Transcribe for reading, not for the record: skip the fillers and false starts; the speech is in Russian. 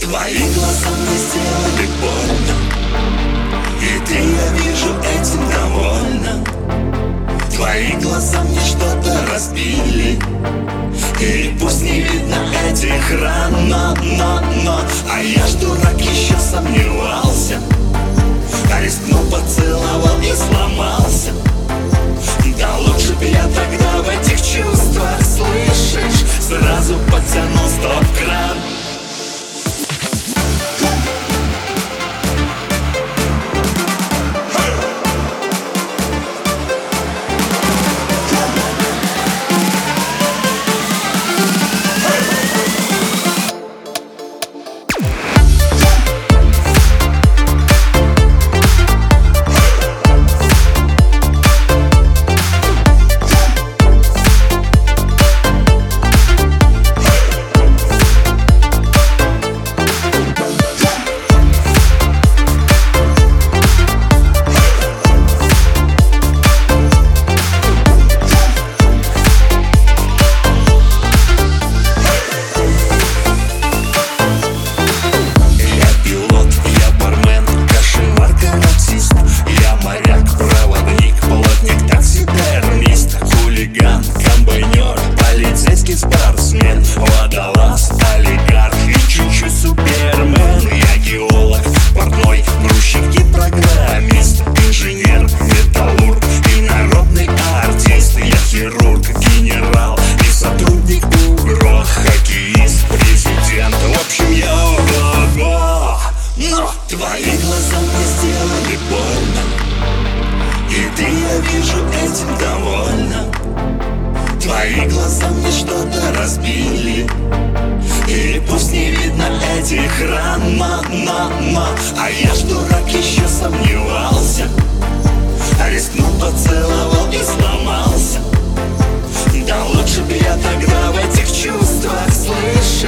Твои глаза мне сделали больно, и ты, я вижу, этим довольна. Твои глаза мне что-то разбили, и пусть не видно этих ран, но а я ж дурак еще сомневался, а рискнул, поцеловал и сломался. Да лучше б я тогда в этих чувствах, слышишь, сразу потянул стоп-кран. Спортсмен, водолаз, олигарх и чуть-чуть супермен. Я геолог, портной, грузчик и программист, инженер, металлург и народный артист. Я хирург, генерал и сотрудник УГРО, хоккеист, президент. В общем, я ого-го. Но твои глаза мне сделали больно, и ты, я вижу, этим довольна. Твои глаза мне что-то разбили, и пусть не видно этих ран, но а я ж дурак еще сомневался, а рискнул, поцеловал и сломался. Да лучше б я тогда в этих чувствах, слышь,